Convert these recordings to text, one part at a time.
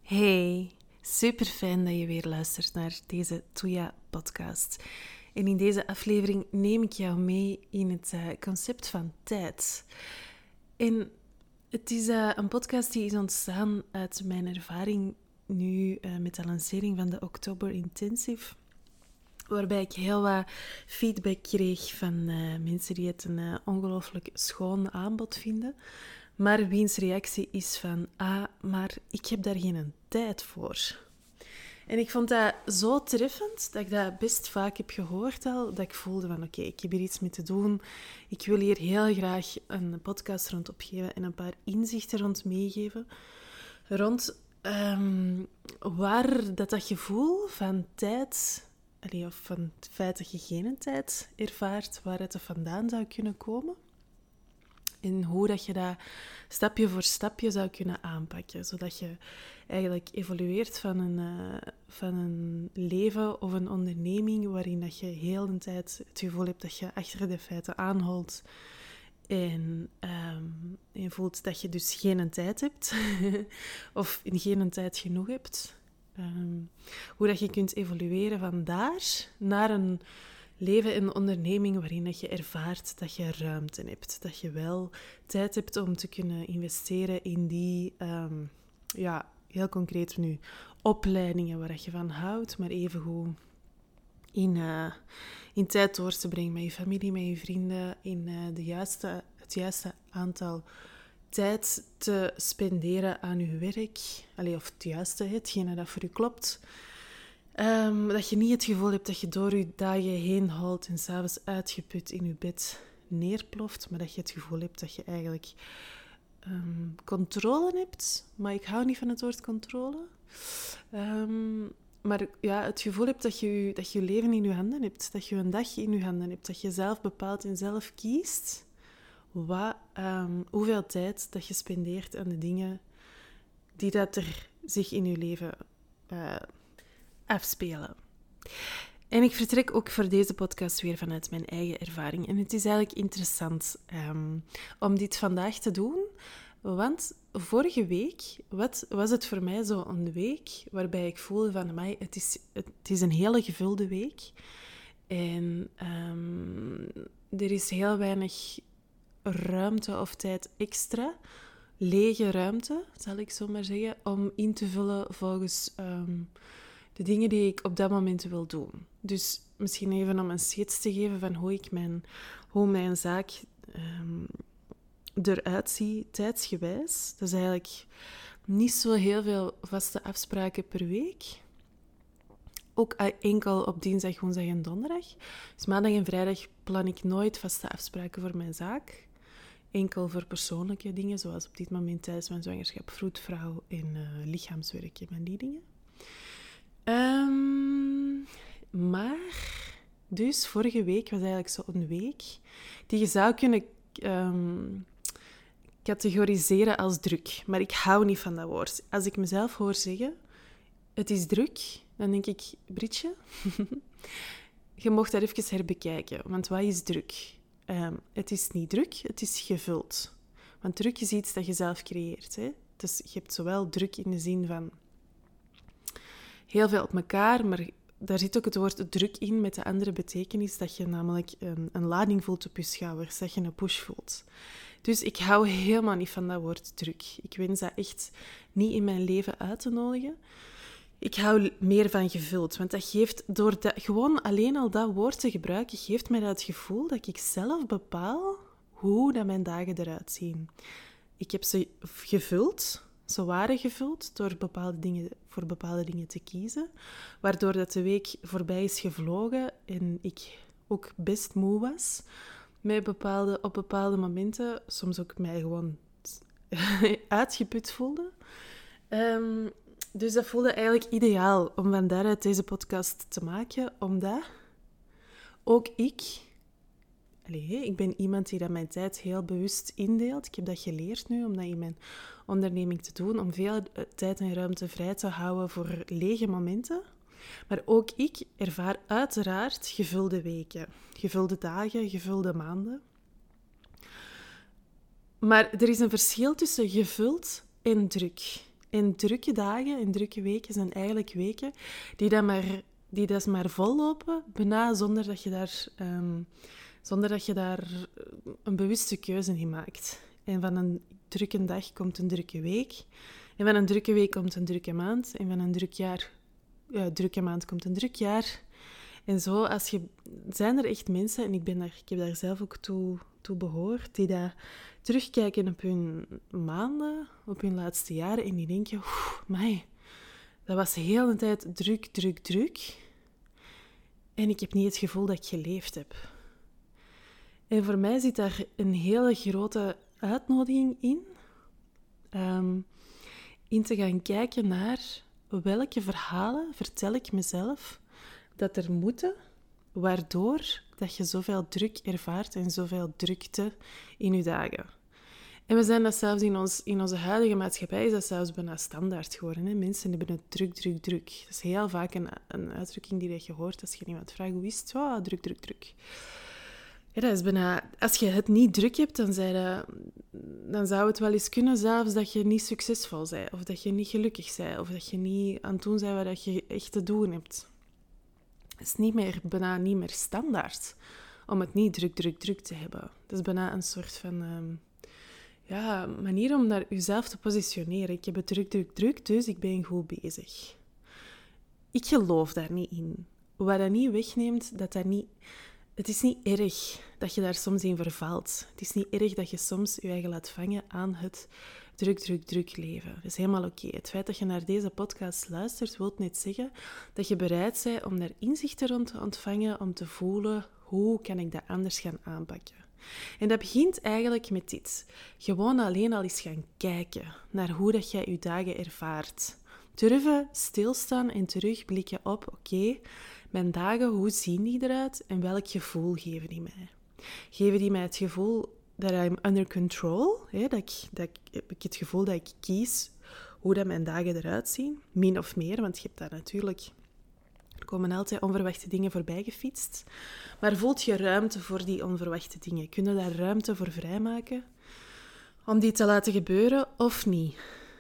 Hey, super fijn dat je weer luistert naar deze Tuya-podcast. En in deze aflevering neem ik jou mee in het concept van tijd. En het is een podcast die is ontstaan uit mijn ervaring nu met de lancering van de Oktober Intensive, waarbij ik heel wat feedback kreeg van mensen die het een ongelooflijk schoon aanbod vinden. Maar wiens reactie is van, maar ik heb daar geen tijd voor. En ik vond dat zo treffend, dat ik dat best vaak heb gehoord al, dat ik voelde van, oké, ik heb hier iets mee te doen. Ik wil hier heel graag een podcast rond opgeven en een paar inzichten rond meegeven. Rond waar dat gevoel van tijd, of van het feit dat je geen tijd ervaart, waar het er vandaan zou kunnen komen. En hoe dat je dat stapje voor stapje zou kunnen aanpakken. Zodat je eigenlijk evolueert van een leven of een onderneming waarin dat je heel de tijd het gevoel hebt dat je achter de feiten aanholt. En je voelt dat je dus geen tijd hebt. Of geen tijd genoeg hebt. Hoe dat je kunt evolueren van daar naar een leven in een onderneming waarin dat je ervaart dat je ruimte hebt. Dat je wel tijd hebt om te kunnen investeren in die, heel concreet nu, opleidingen waar je van houdt, maar evengoed in tijd door te brengen met je familie, met je vrienden, in het juiste aantal tijd te spenderen aan je werk. Of het juiste, hetgene dat voor je klopt. Dat je niet het gevoel hebt dat je door je dagen heen holt en s'avonds uitgeput in je bed neerploft, maar dat je het gevoel hebt dat je eigenlijk controle hebt. Maar ik hou niet van het woord controle. Maar ja, het gevoel hebt dat je je leven in je handen hebt. Dat je een dag in je handen hebt. Dat je zelf bepaalt en zelf kiest hoeveel tijd dat je spendeert aan de dingen die dat er zich in je leven afspelen. En ik vertrek ook voor deze podcast weer vanuit mijn eigen ervaring. En het is eigenlijk interessant om dit vandaag te doen. Want vorige week was het voor mij zo een week waarbij ik voelde van, amai, het is een hele gevulde week. En er is heel weinig ruimte of tijd extra. Lege ruimte, zal ik zo maar zeggen, om in te vullen volgens de dingen die ik op dat moment wil doen. Dus misschien even om een schets te geven van hoe mijn zaak eruit ziet, tijdsgewijs. Dat is eigenlijk niet zo heel veel vaste afspraken per week. Ook enkel op dinsdag, woensdag en donderdag. Dus maandag en vrijdag plan ik nooit vaste afspraken voor mijn zaak. Enkel voor persoonlijke dingen, zoals op dit moment tijdens mijn zwangerschap, vroedvrouw en lichaamswerk en die dingen. Maar, dus vorige week was eigenlijk zo'n week die je zou kunnen categoriseren als druk. Maar ik hou niet van dat woord. Als ik mezelf hoor zeggen, het is druk, dan denk ik, Britje, je mocht dat even herbekijken. Want wat is druk? Het is niet druk, het is gevuld. Want druk is iets dat je zelf creëert. Hè? Dus je hebt zowel druk in de zin van heel veel op elkaar, maar daar zit ook het woord druk in met de andere betekenis, dat je namelijk een lading voelt op je schouders, dat je een push voelt. Dus ik hou helemaal niet van dat woord druk. Ik wens dat echt niet in mijn leven uit te nodigen. Ik hou meer van gevuld, want dat geeft, gewoon alleen al dat woord te gebruiken, geeft mij dat het gevoel dat ik zelf bepaal hoe dat mijn dagen eruit zien. Ik heb ze gevuld. Ze waren gevuld door voor bepaalde dingen te kiezen, waardoor dat de week voorbij is gevlogen en ik ook best moe was op bepaalde momenten, soms ook mij gewoon uitgeput voelde. Dus dat voelde eigenlijk ideaal om van daaruit deze podcast te maken, omdat ook ik ben iemand die dat mijn tijd heel bewust indeelt. Ik heb dat geleerd nu, om dat in mijn onderneming te doen, om veel tijd en ruimte vrij te houden voor lege momenten. Maar ook ik ervaar uiteraard gevulde weken, gevulde dagen, gevulde maanden. Maar er is een verschil tussen gevuld en druk. En drukke dagen en drukke weken zijn eigenlijk weken die dat maar vollopen, bijna zonder dat je daar een bewuste keuze in maakt. En van een drukke dag komt een drukke week. En van een drukke week komt een drukke maand. En van een drukke maand komt een druk jaar. En zo, zijn er echt mensen, en ik heb daar zelf ook toe behoord, die daar terugkijken op hun maanden, op hun laatste jaren, en die denken, amai, dat was de hele tijd druk, druk, druk. En ik heb niet het gevoel dat ik geleefd heb. En voor mij zit daar een hele grote uitnodiging in. In te gaan kijken naar welke verhalen vertel ik mezelf dat er moeten, waardoor dat je zoveel druk ervaart en zoveel drukte in je dagen. En we zijn dat zelfs in onze huidige maatschappij is dat zelfs bijna standaard geworden. Hè? Mensen hebben het druk, druk, druk. Dat is heel vaak een uitdrukking die je hoort als je iemand vraagt hoe is het? Oh, druk, druk, druk. Ja, dat is bijna... Als je het niet druk hebt, dan zou het wel eens kunnen zelfs dat je niet succesvol bent, of dat je niet gelukkig bent, of dat je niet aan het doen bent wat je echt te doen hebt. Het is bijna niet meer standaard om het niet druk, druk, druk te hebben. Dat is bijna een soort van manier om naar jezelf te positioneren. Ik heb het druk, druk, druk, dus ik ben goed bezig. Ik geloof daar niet in. Wat dat niet wegneemt, het is niet erg dat je daar soms in vervalt. Het is niet erg dat je soms je eigen laat vangen aan het druk, druk, druk leven. Dat is helemaal oké. Het feit dat je naar deze podcast luistert, wil net zeggen dat je bereid bent om daar inzichten rond te ontvangen, om te voelen, hoe kan ik dat anders gaan aanpakken? En dat begint eigenlijk met dit. Gewoon alleen al eens gaan kijken naar hoe dat jij je dagen ervaart. Durven stilstaan en terugblikken op, oké, mijn dagen, hoe zien die eruit en welk gevoel geven die mij? Geven die mij het gevoel dat I'm under control? Dat ik het gevoel dat ik kies hoe dat mijn dagen eruit zien? Min of meer, want je hebt daar natuurlijk... Er komen altijd onverwachte dingen voorbij gefietst. Maar voelt je ruimte voor die onverwachte dingen? Kun je daar ruimte voor vrijmaken om die te laten gebeuren of niet?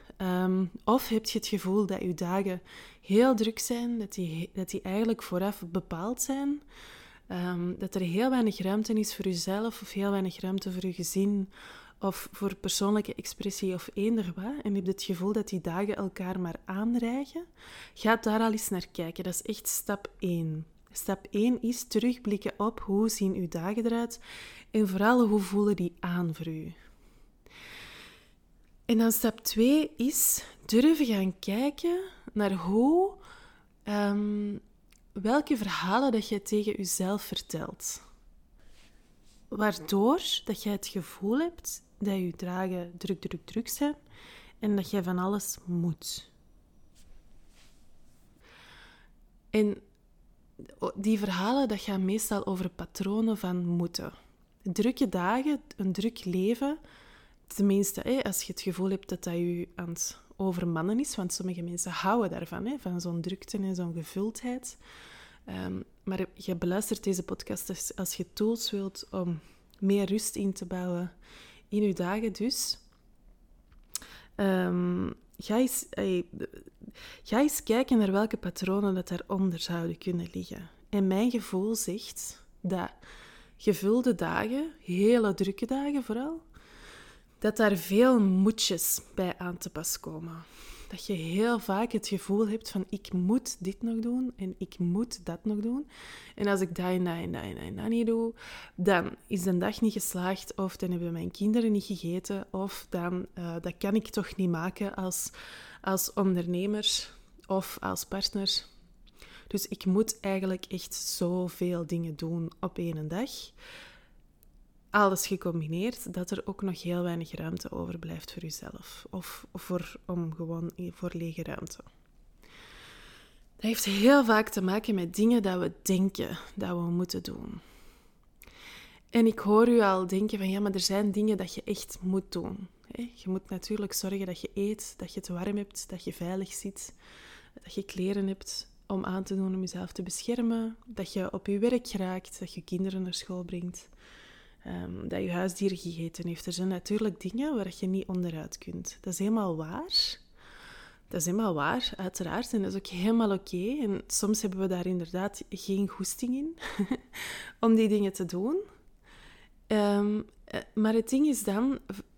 Of heb je het gevoel dat je dagen heel druk zijn, dat die eigenlijk vooraf bepaald zijn, dat er heel weinig ruimte is voor jezelf of heel weinig ruimte voor je gezin of voor persoonlijke expressie of eender wat, en je hebt het gevoel dat die dagen elkaar maar aanreigen, ga daar al eens naar kijken. Dat is echt stap 1. Stap 1 is terugblikken op hoe zien uw dagen eruit en vooral hoe voelen die aan voor u. En dan stap 2 is durven gaan kijken naar welke verhalen dat jij tegen jezelf vertelt. Waardoor dat jij het gevoel hebt dat je dagen druk, druk, druk zijn en dat jij van alles moet. En die verhalen dat gaan meestal over patronen van moeten. Drukke dagen, een druk leven... Tenminste, als je het gevoel hebt dat je aan het overmannen is, want sommige mensen houden daarvan, van zo'n drukte en zo'n gevuldheid. Maar je beluistert deze podcast als je tools wilt om meer rust in te bouwen in je dagen. Dus ga eens kijken naar welke patronen dat daaronder zouden kunnen liggen. En mijn gevoel zegt dat gevulde dagen, hele drukke dagen vooral, dat daar veel moetjes bij aan te pas komen. Dat je heel vaak het gevoel hebt van ik moet dit nog doen en ik moet dat nog doen. En als ik dat en dat niet doe, dan is de dag niet geslaagd of dan hebben mijn kinderen niet gegeten of dan dat kan ik toch niet maken als ondernemer of als partner. Dus ik moet eigenlijk echt zoveel dingen doen op één dag. Alles gecombineerd, dat er ook nog heel weinig ruimte overblijft voor jezelf. Of voor lege ruimte. Dat heeft heel vaak te maken met dingen dat we denken dat we moeten doen. En ik hoor u al denken van, ja, maar er zijn dingen dat je echt moet doen. Je moet natuurlijk zorgen dat je eet, dat je het warm hebt, dat je veilig zit, dat je kleren hebt om aan te doen om jezelf te beschermen, dat je op je werk geraakt, dat je kinderen naar school brengt. Dat je huisdier gegeten heeft. Er zijn natuurlijk dingen waar je niet onderuit kunt. Dat is helemaal waar. Dat is helemaal waar, uiteraard. En dat is ook helemaal oké. En soms hebben we daar inderdaad geen goesting in om die dingen te doen. Maar het ding is dan...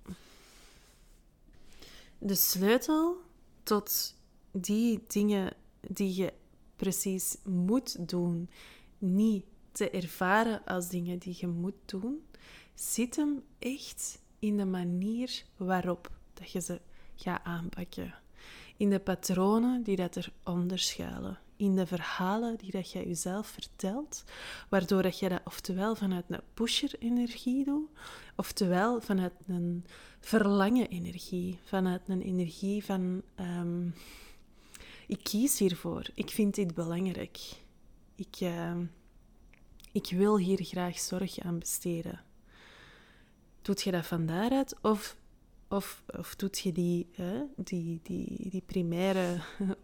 De sleutel tot die dingen die je precies moet doen, niet te ervaren als dingen die je moet doen, zit hem echt in de manier waarop dat je ze gaat aanpakken. In de patronen die dat eronder schuilen. In de verhalen die dat jij jezelf vertelt, waardoor dat je dat oftewel vanuit een pusher-energie doet, oftewel vanuit een verlangen-energie, vanuit een energie van ik kies hiervoor, ik vind dit belangrijk, ik wil hier graag zorg aan besteden. Doet je dat van daaruit of doet je die primaire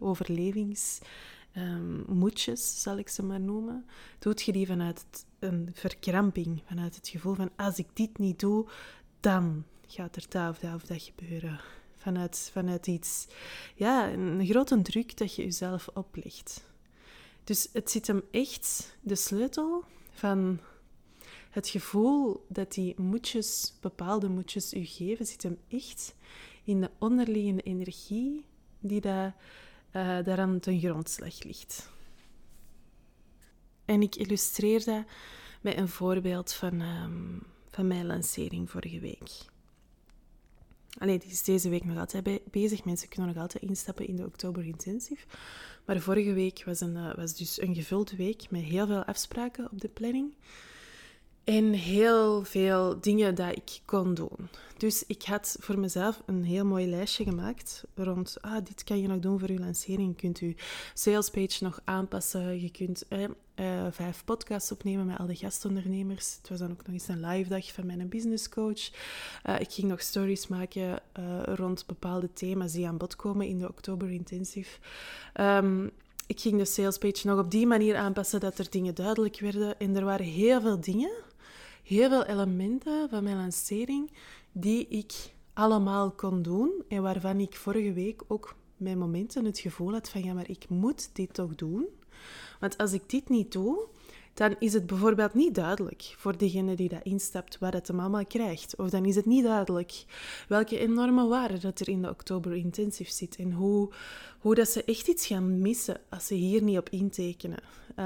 overlevingsmoedjes, zal ik ze maar noemen, doet je die vanuit een verkramping, vanuit het gevoel van als ik dit niet doe, dan gaat er dat of dat gebeuren. Vanuit iets, ja, een grote druk dat je jezelf oplegt. Dus het zit hem echt, de sleutel van het gevoel dat die moedjes, bepaalde moedjes u geven, zit hem echt in de onderliggende energie die daaraan ten grondslag ligt. En ik illustreer dat met een voorbeeld van mijn lancering vorige week. Die is deze week nog altijd bezig. Mensen kunnen nog altijd instappen in de Oktober Intensive. Maar vorige week was dus een gevulde week met heel veel afspraken op de planning. En heel veel dingen dat ik kon doen. Dus ik had voor mezelf een heel mooi lijstje gemaakt rond, dit kan je nog doen voor je lancering. Je kunt je salespage nog aanpassen. Je kunt 5 podcasts opnemen met al de gastondernemers. Het was dan ook nog eens een live dag van mijn businesscoach. Ik ging nog stories maken rond bepaalde thema's die aan bod komen in de Oktober Intensive. Ik ging de salespage nog op die manier aanpassen dat er dingen duidelijk werden. En er waren heel veel dingen, heel veel elementen van mijn lancering die ik allemaal kon doen. En waarvan ik vorige week ook met momenten het gevoel had van ja, maar ik moet dit toch doen. Want als ik dit niet doe, dan is het bijvoorbeeld niet duidelijk voor degene die dat instapt wat het hem allemaal krijgt. Of dan is het niet duidelijk welke enorme waarde dat er in de Oktober Intensive zit. En hoe dat ze echt iets gaan missen als ze hier niet op intekenen.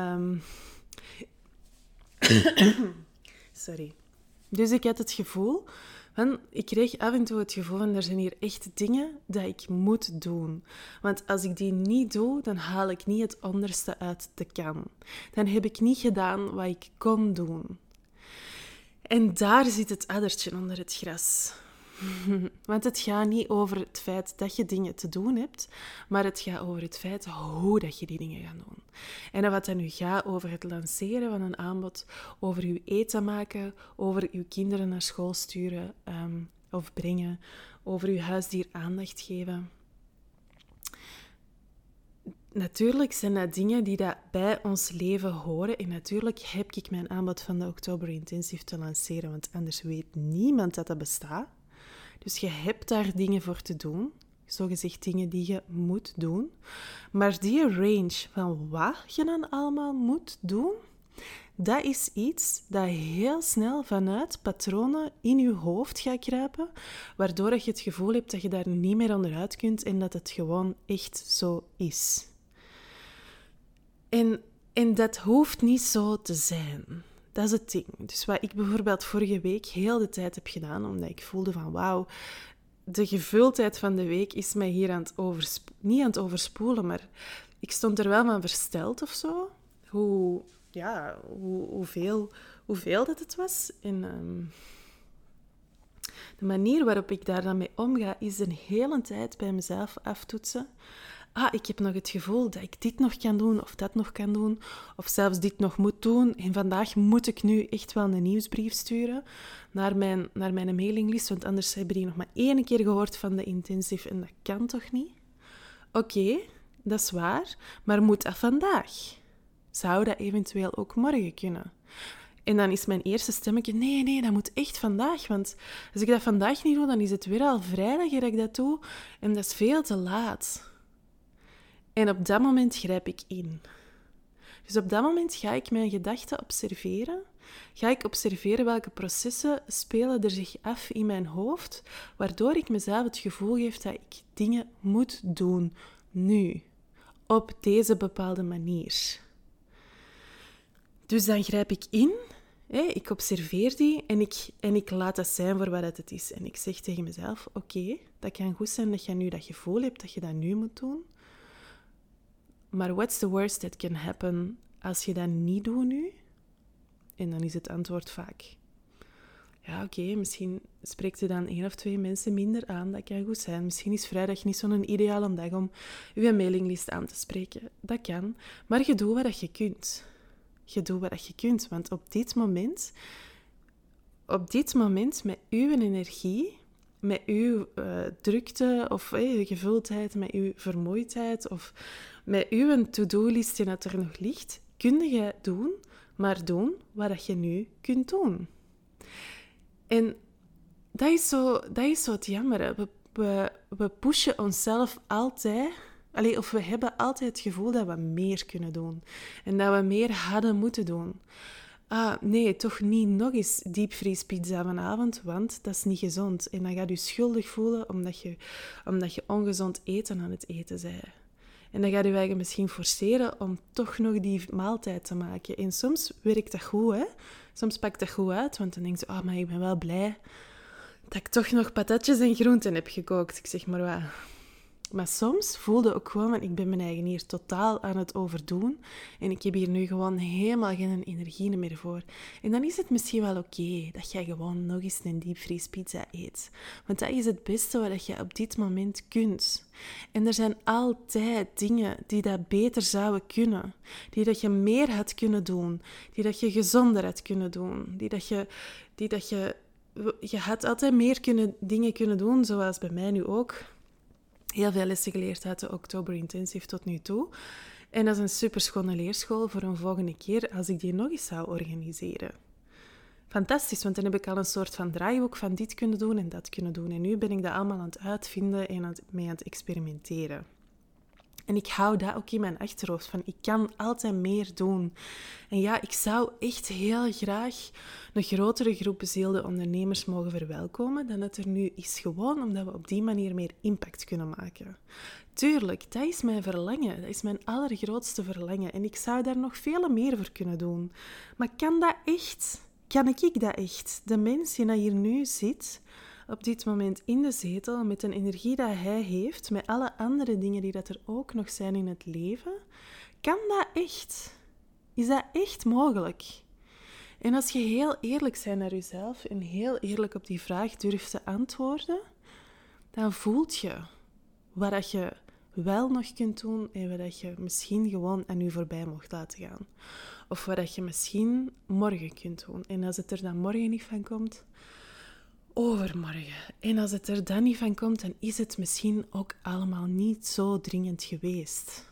Sorry. Dus ik had het gevoel... Ik kreeg af en toe het gevoel van, er zijn hier echt dingen dat ik moet doen. Want als ik die niet doe, dan haal ik niet het onderste uit de kan. Dan heb ik niet gedaan wat ik kon doen. En daar zit het addertje onder het gras. Want het gaat niet over het feit dat je dingen te doen hebt, maar het gaat over het feit hoe dat je die dingen gaat doen. En wat dan nu gaat over het lanceren van een aanbod, over je eten maken, over je kinderen naar school sturen of brengen, over je huisdier aandacht geven. Natuurlijk zijn dat dingen die dat bij ons leven horen. En natuurlijk heb ik mijn aanbod van de Oktober Intensive te lanceren, want anders weet niemand dat dat bestaat. Dus je hebt daar dingen voor te doen. Zogezegd dingen die je moet doen. Maar die range van wat je dan allemaal moet doen, dat is iets dat heel snel vanuit patronen in je hoofd gaat kruipen, waardoor je het gevoel hebt dat je daar niet meer onderuit kunt en dat het gewoon echt zo is. En dat hoeft niet zo te zijn. Dat is het ding. Dus wat ik bijvoorbeeld vorige week heel de tijd heb gedaan, omdat ik voelde van wauw, de gevuldheid van de week is mij hier niet aan het overspoelen, maar ik stond er wel van versteld of zo. Hoeveel dat het was. En de manier waarop ik daar dan mee omga, is een hele tijd bij mezelf aftoetsen. Ik heb nog het gevoel dat ik dit nog kan doen, of dat nog kan doen, of zelfs dit nog moet doen. En vandaag moet ik nu echt wel een nieuwsbrief sturen naar mijn mailinglist, want anders hebben die nog maar 1 keer gehoord van de intensive en dat kan toch niet? Oké, dat is waar, maar moet dat vandaag? Zou dat eventueel ook morgen kunnen? En dan is mijn eerste stemmetje, nee, dat moet echt vandaag. Want als ik dat vandaag niet doe, dan is het weer al vrijdag dat ik dat doe. En dat is veel te laat. En op dat moment grijp ik in. Dus op dat moment ga ik mijn gedachten observeren. Ga ik observeren welke processen spelen er zich af in mijn hoofd, waardoor ik mezelf het gevoel geef dat ik dingen moet doen, nu, op deze bepaalde manier. Dus dan grijp ik in, ik observeer die en ik laat dat zijn voor wat het is. En ik zeg tegen mezelf, oké, dat kan goed zijn dat je nu dat gevoel hebt, dat je dat nu moet doen. Maar what's the worst that can happen als je dat niet doet nu? En dan is het antwoord vaak, ja, oké, misschien spreekt je dan 1 of 2 mensen minder aan. Dat kan goed zijn. Misschien is vrijdag niet zo'n ideale dag om je mailinglist aan te spreken. Dat kan. Maar je doet wat je kunt. Je doet wat je kunt. Want op dit moment met uw energie, met uw drukte of je gevuldheid, met uw vermoeidheid of met uw to-do-list die dat er nog ligt, kun je doen, maar doen wat je nu kunt doen. En dat is zo het jammer. We pushen onszelf altijd, of we hebben altijd het gevoel dat we meer kunnen doen. En dat we meer hadden moeten doen. Ah, nee, toch niet nog eens diepvriespizza vanavond, want dat is niet gezond. En dan ga je je schuldig voelen omdat je ongezond eten aan het eten bent. En dan ga je eigen misschien forceren om toch nog die maaltijd te maken. En soms werkt dat goed, hè. Soms pakt dat goed uit, want dan denk je, maar ik ben wel blij dat ik toch nog patatjes en groenten heb gekookt. Ik zeg maar wat. Maar soms voelde ook gewoon, ik ben mijn eigen hier totaal aan het overdoen. En ik heb hier nu gewoon helemaal geen energie meer voor. En dan is het misschien wel oké dat je gewoon nog eens een diepvriespizza eet. Want dat is het beste wat je op dit moment kunt. En er zijn altijd dingen die dat beter zouden kunnen. Die dat je meer had kunnen doen. Die dat je gezonder had kunnen doen. Je had altijd meer dingen kunnen doen, zoals bij mij nu ook. Heel veel lessen geleerd uit de Oktober Intensive tot nu toe. En dat is een superschone leerschool voor een volgende keer als ik die nog eens zou organiseren. Fantastisch, want dan heb ik al een soort van draaiboek van dit kunnen doen en dat kunnen doen. En nu ben ik dat allemaal aan het uitvinden en mee aan het experimenteren. En ik hou dat ook in mijn achterhoofd, van ik kan altijd meer doen. En ja, ik zou echt heel graag een grotere groep bezielde ondernemers mogen verwelkomen dan het er nu is, gewoon omdat we op die manier meer impact kunnen maken. Tuurlijk, dat is mijn verlangen, dat is mijn allergrootste verlangen. En ik zou daar nog veel meer voor kunnen doen. Maar kan dat echt? Kan ik dat echt? De mens die hier nu zit, op dit moment in de zetel, met de energie die hij heeft, met alle andere dingen die dat er ook nog zijn in het leven, kan dat echt? Is dat echt mogelijk? En als je heel eerlijk bent naar jezelf en heel eerlijk op die vraag durft te antwoorden, dan voelt je wat je wel nog kunt doen en wat je misschien gewoon aan je voorbij mocht laten gaan. Of wat je misschien morgen kunt doen. En als het er dan morgen niet van komt, overmorgen. En als het er dan niet van komt, dan is het misschien ook allemaal niet zo dringend geweest.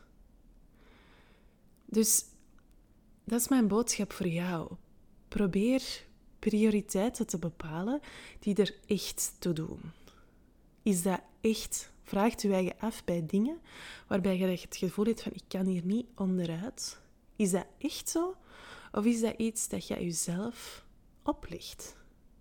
Dus dat is mijn boodschap voor jou. Probeer prioriteiten te bepalen die er echt toe doen. Is dat echt? Vraag je eigen af bij dingen waarbij je het gevoel hebt van ik kan hier niet onderuit. Is dat echt zo? Of is dat iets dat je jezelf oplegt?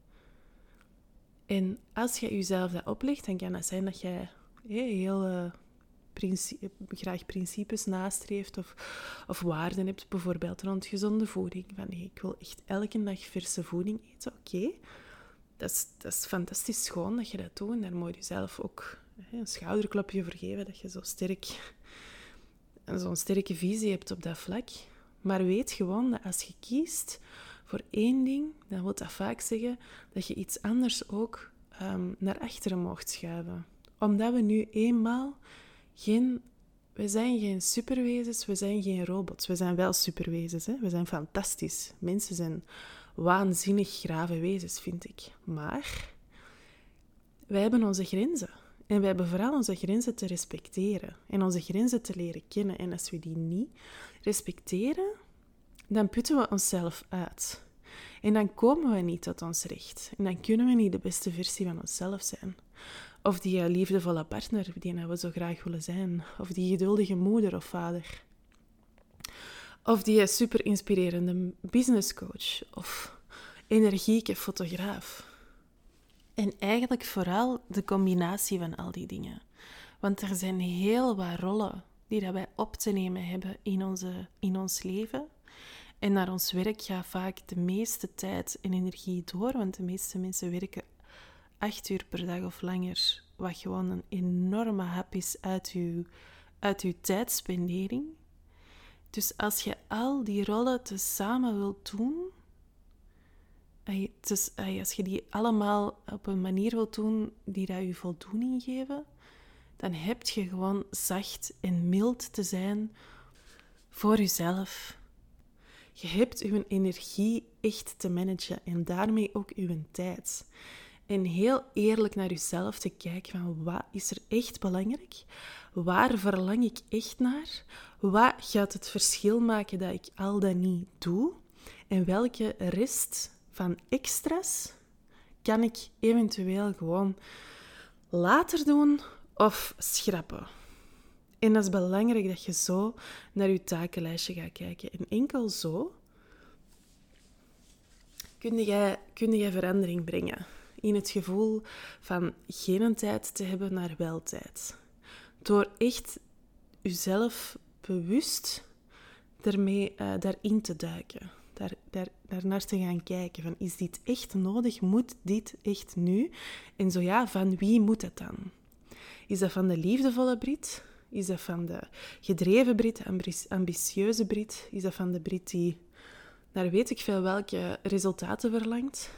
En als je jezelf dat oplegt, dan kan het zijn dat jij heel graag principes nastreeft of waarden hebt, bijvoorbeeld rond gezonde voeding. Van ik wil echt elke dag verse voeding eten. Oké. Dat is fantastisch schoon dat je dat doet. En daar moet je jezelf ook een schouderklopje voor geven dat je zo'n sterke visie hebt op dat vlak. Maar weet gewoon dat als je kiest voor één ding, dan wil dat vaak zeggen dat je iets anders ook naar achteren mocht schuiven. Omdat we nu eenmaal we zijn geen superwezens, we zijn geen robots. We zijn wel superwezens, hè? We zijn fantastisch. Mensen zijn waanzinnig grave wezens, vind ik. Maar wij hebben onze grenzen. En wij hebben vooral onze grenzen te respecteren. En onze grenzen te leren kennen. En als we die niet respecteren, dan putten we onszelf uit. En dan komen we niet tot ons recht. En dan kunnen we niet de beste versie van onszelf zijn. Of die liefdevolle partner die we zo graag willen zijn. Of die geduldige moeder of vader. Of die super inspirerende businesscoach. Of energieke fotograaf. En eigenlijk vooral de combinatie van al die dingen. Want er zijn heel wat rollen die dat wij op te nemen hebben in ons leven. En naar ons werk gaat vaak de meeste tijd en energie door. Want de meeste mensen werken 8 uur per dag of langer. Wat gewoon een enorme hap is uit uw tijdspendering. Dus als je al die rollen tezamen wilt doen... als je die allemaal op een manier wilt doen die dat je voldoening geven... dan heb je gewoon zacht en mild te zijn voor jezelf. Je hebt je energie echt te managen en daarmee ook je tijd. En heel eerlijk naar jezelf te kijken van wat is er echt belangrijk? Waar verlang ik echt naar? Wat gaat het verschil maken dat ik al dat niet doe? En welke rest van extra's kan ik eventueel gewoon later doen of schrappen? En dat is belangrijk dat je zo naar je takenlijstje gaat kijken. En enkel zo kun je verandering brengen in het gevoel van geen tijd te hebben naar wel tijd. Door echt jezelf bewust daarin te duiken. Daarnaar te gaan kijken. Van, is dit echt nodig? Moet dit echt nu? En zo ja, van wie moet het dan? Is dat van de liefdevolle Brit? Is dat van de gedreven Brit, ambitieuze Brit? Is dat van de Brit die naar weet ik veel welke resultaten verlangt?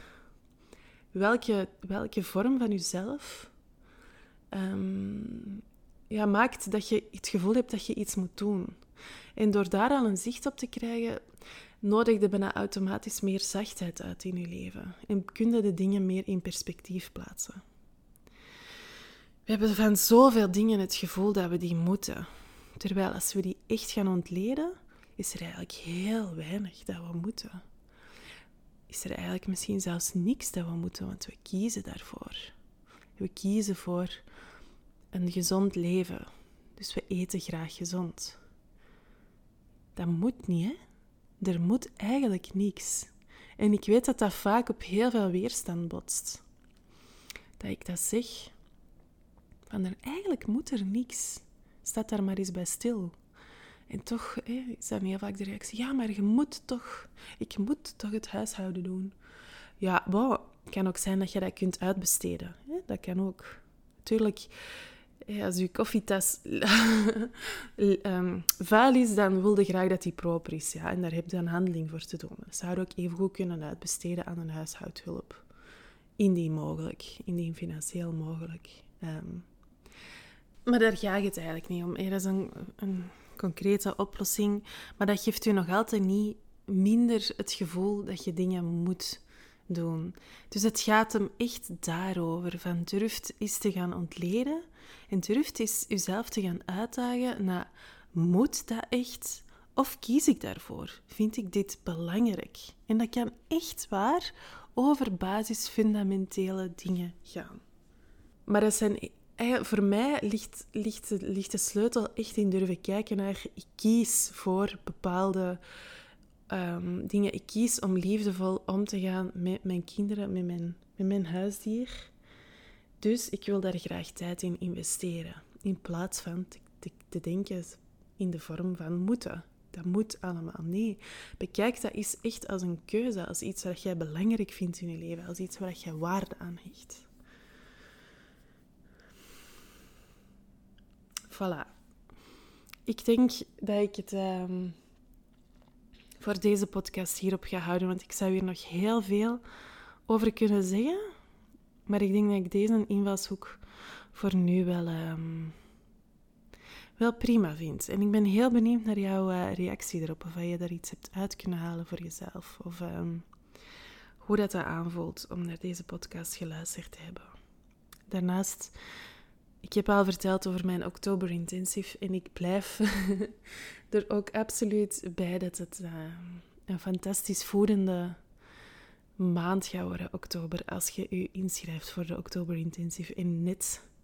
Welke vorm van jezelf maakt dat je het gevoel hebt dat je iets moet doen? En door daar al een zicht op te krijgen, nodig je bijna automatisch meer zachtheid uit in je leven. En kun je de dingen meer in perspectief plaatsen. We hebben van zoveel dingen het gevoel dat we die moeten. Terwijl als we die echt gaan ontleden, is er eigenlijk heel weinig dat we moeten. Is er eigenlijk misschien zelfs niks dat we moeten, want we kiezen daarvoor. We kiezen voor een gezond leven. Dus we eten graag gezond. Dat moet niet, hè? Er moet eigenlijk niks. En ik weet dat dat vaak op heel veel weerstand botst. Dat ik dat zeg. Van eigenlijk moet er niks. Staat daar maar eens bij stil. En toch is dat heel vaak de reactie. Ja, maar ik moet toch het huishouden doen. Ja, het kan ook zijn dat je dat kunt uitbesteden. Dat kan ook. Tuurlijk, als je koffietas vuil is, dan wil je graag dat die proper is. Ja? En daar heb je een handeling voor te doen. Dat zou je ook even goed kunnen uitbesteden aan een huishoudhulp. Indien financieel mogelijk. Maar daar gaat het eigenlijk niet om. Dat is een concrete oplossing, maar dat geeft u nog altijd niet minder het gevoel dat je dingen moet doen. Dus het gaat hem echt daarover, van durft eens te gaan ontleden en durft eens jezelf te gaan uitdagen naar, moet dat echt? Of kies ik daarvoor? Vind ik dit belangrijk? En dat kan echt waar over basisfundamentele dingen gaan. Maar dat zijn... Voor mij ligt de sleutel echt in durven kijken naar... Ik kies voor bepaalde dingen. Ik kies om liefdevol om te gaan met mijn kinderen, met mijn huisdier. Dus ik wil daar graag tijd in investeren. In plaats van te denken in de vorm van moeten. Dat moet allemaal. Nee, bekijk dat eens echt als een keuze. Als iets wat jij belangrijk vindt in je leven. Als iets waar jij waarde aan hecht. Voilà. Ik denk dat ik het voor deze podcast hierop ga houden, want ik zou hier nog heel veel over kunnen zeggen. Maar ik denk dat ik deze invalshoek voor nu wel prima vind. En ik ben heel benieuwd naar jouw reactie erop, of je daar iets hebt uit kunnen halen voor jezelf. Of hoe dat aanvoelt om naar deze podcast geluisterd te hebben. Daarnaast... Ik heb al verteld over mijn Oktober Intensive en ik blijf er ook absoluut bij dat het een fantastisch voedende maand gaat worden, oktober, als je je inschrijft voor de Oktober Intensive. En net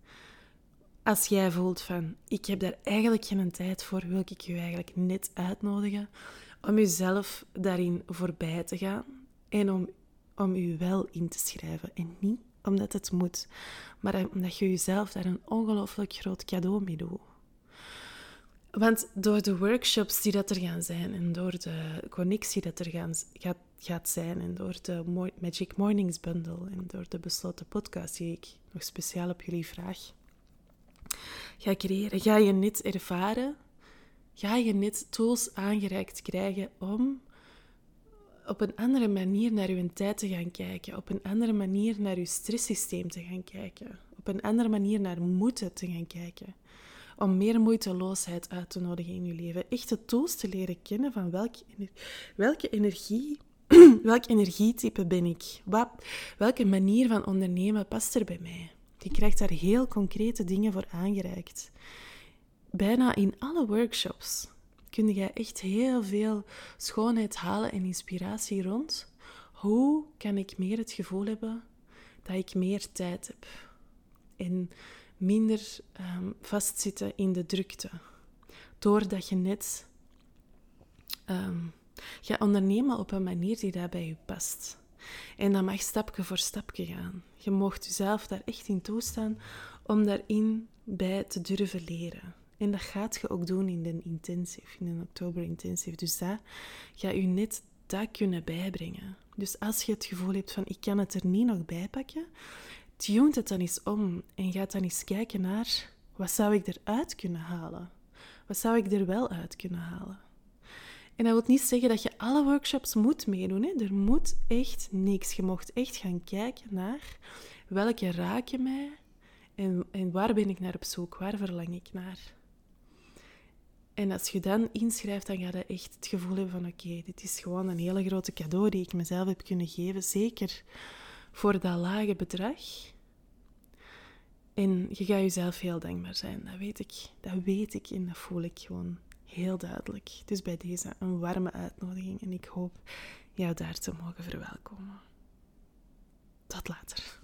Als jij voelt van, ik heb daar eigenlijk geen tijd voor, wil ik je eigenlijk net uitnodigen om jezelf daarin voorbij te gaan en om je wel in te schrijven. En niet omdat het moet, maar omdat je jezelf daar een ongelooflijk groot cadeau mee doet. Want door de workshops die dat er gaan zijn en door de connectie dat er gaat zijn en door de Magic Mornings Bundle en door de besloten podcast die ik nog speciaal op jullie vraag ga creëren, ga je net ervaren, ga je net tools aangereikt krijgen om op een andere manier naar je tijd te gaan kijken, op een andere manier naar je stresssysteem te gaan kijken, op een andere manier naar moeten te gaan kijken. Om meer moeiteloosheid uit te nodigen in je leven. Echt de tools te leren kennen van welke energie, welk energietype ben ik? Welke manier van ondernemen past er bij mij? Je krijgt daar heel concrete dingen voor aangereikt. Bijna in alle workshops kun je echt heel veel schoonheid halen en inspiratie rond. Hoe kan ik meer het gevoel hebben dat ik meer tijd heb? En minder vastzitten in de drukte. Doordat je net gaat ondernemen op een manier die dat bij je past. En dat mag stapje voor stapje gaan. Je mocht jezelf daar echt in toestaan om daarin bij te durven leren. En dat gaat je ook doen in de intensive, in een oktober intensive. Dus dat gaat je net dat kunnen bijbrengen. Dus als je het gevoel hebt van ik kan het er niet nog bij pakken, tune het dan eens om en ga dan eens kijken naar wat zou ik eruit kunnen halen? Wat zou ik er wel uit kunnen halen? En dat wil niet zeggen dat je alle workshops moet meedoen. Hè? Er moet echt niks. Je mocht echt gaan kijken naar welke raken mij en waar ben ik naar op zoek? Waar verlang ik naar? En als je dan inschrijft, dan ga je echt het gevoel hebben van oké, dit is gewoon een hele grote cadeau die ik mezelf heb kunnen geven. Zeker voor dat lage bedrag. En je gaat jezelf heel dankbaar zijn. Dat weet ik en dat voel ik gewoon heel duidelijk. Dus bij deze een warme uitnodiging en ik hoop jou daar te mogen verwelkomen. Tot later.